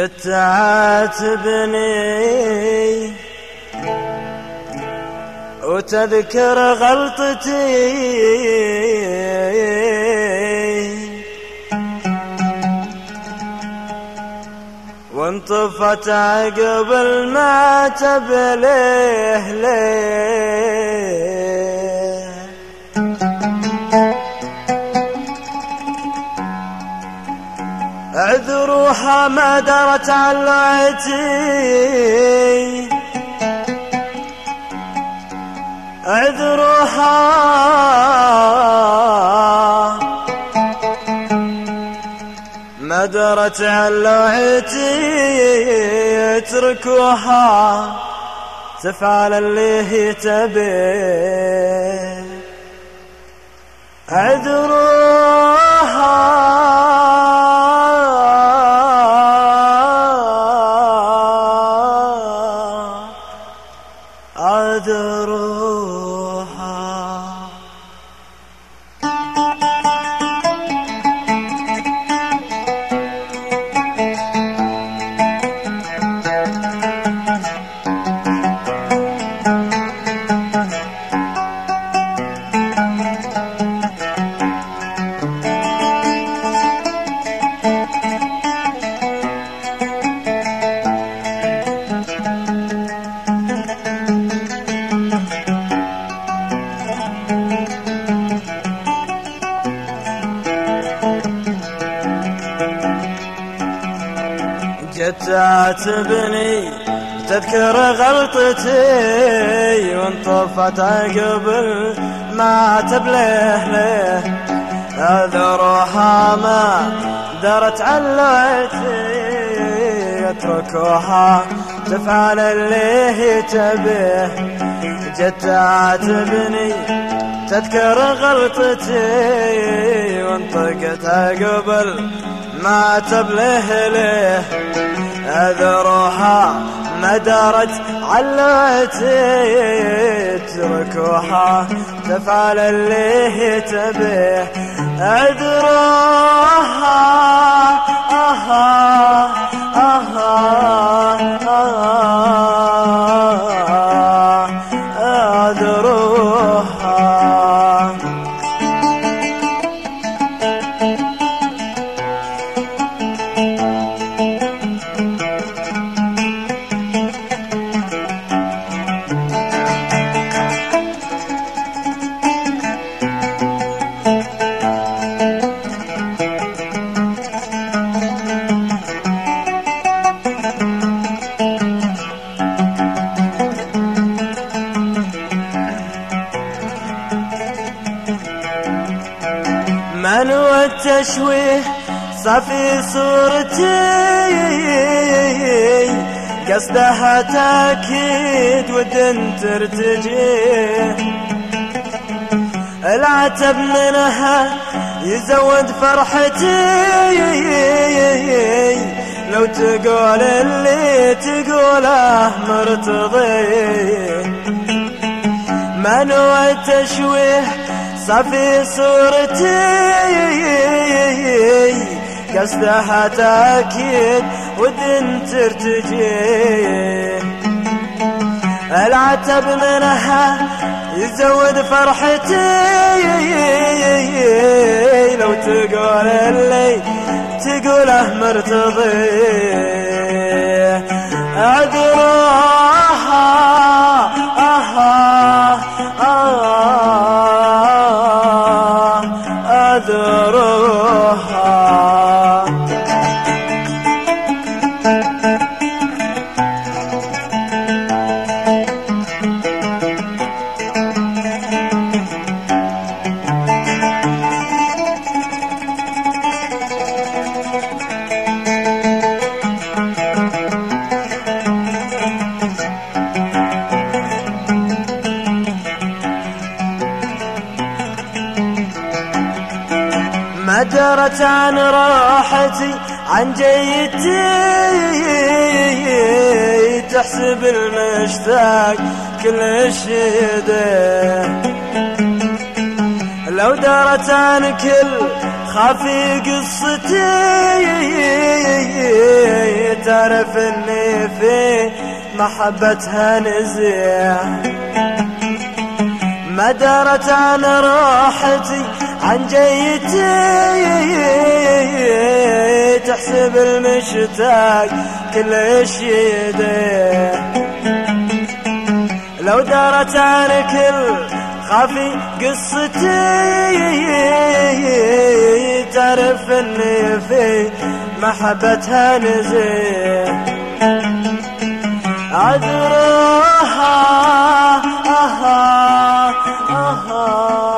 جت تعاتبني وتذكر غلطتي، وانطفت عقب المعتب ليه ليه. عذروها ما درت علعتي، عذروها ما درت علعتي، اتركوها تفعل اللي هي تبيه. عذروها عذروها. جت تعاتبني تذكر غلطتي، وانطفت عقب ما تبليه ليه. عذروها ما درت علعتي، اتركوها تفعل اللي هي تبيه. جت تعاتبني تذكر غلطتي، وانطقت عقب ما تبليه ليه. عذروها ما دارت علعتي، اتركوها تفعل اللي هي تبيه. عذروها عذروها. من والتشويه صافي صورتي، قصدها تأكيد ودن ترتجيه. العتب منها يزود فرحتي، لو تقول اللي تقوله مرتضي. من والتشويه صافي صورتي، قصدها تأكيد ودن ترتجي. العتب منها يزود فرحتي، لو تقول اللي تقوله مرتضي. عذروها عذروها. ما درت عن راحتي عن جيتي، تحسب المشتاق كل شيده. لو درت عن كل خافي قصتي تعرف اني في محبتها نزيع، ما درت عن راحتي عن جيتي، تحسب المشتاق كلش يديه. لو دارت عن كل خافي قصتي تعرف اني في محبتها نزيه. عذرها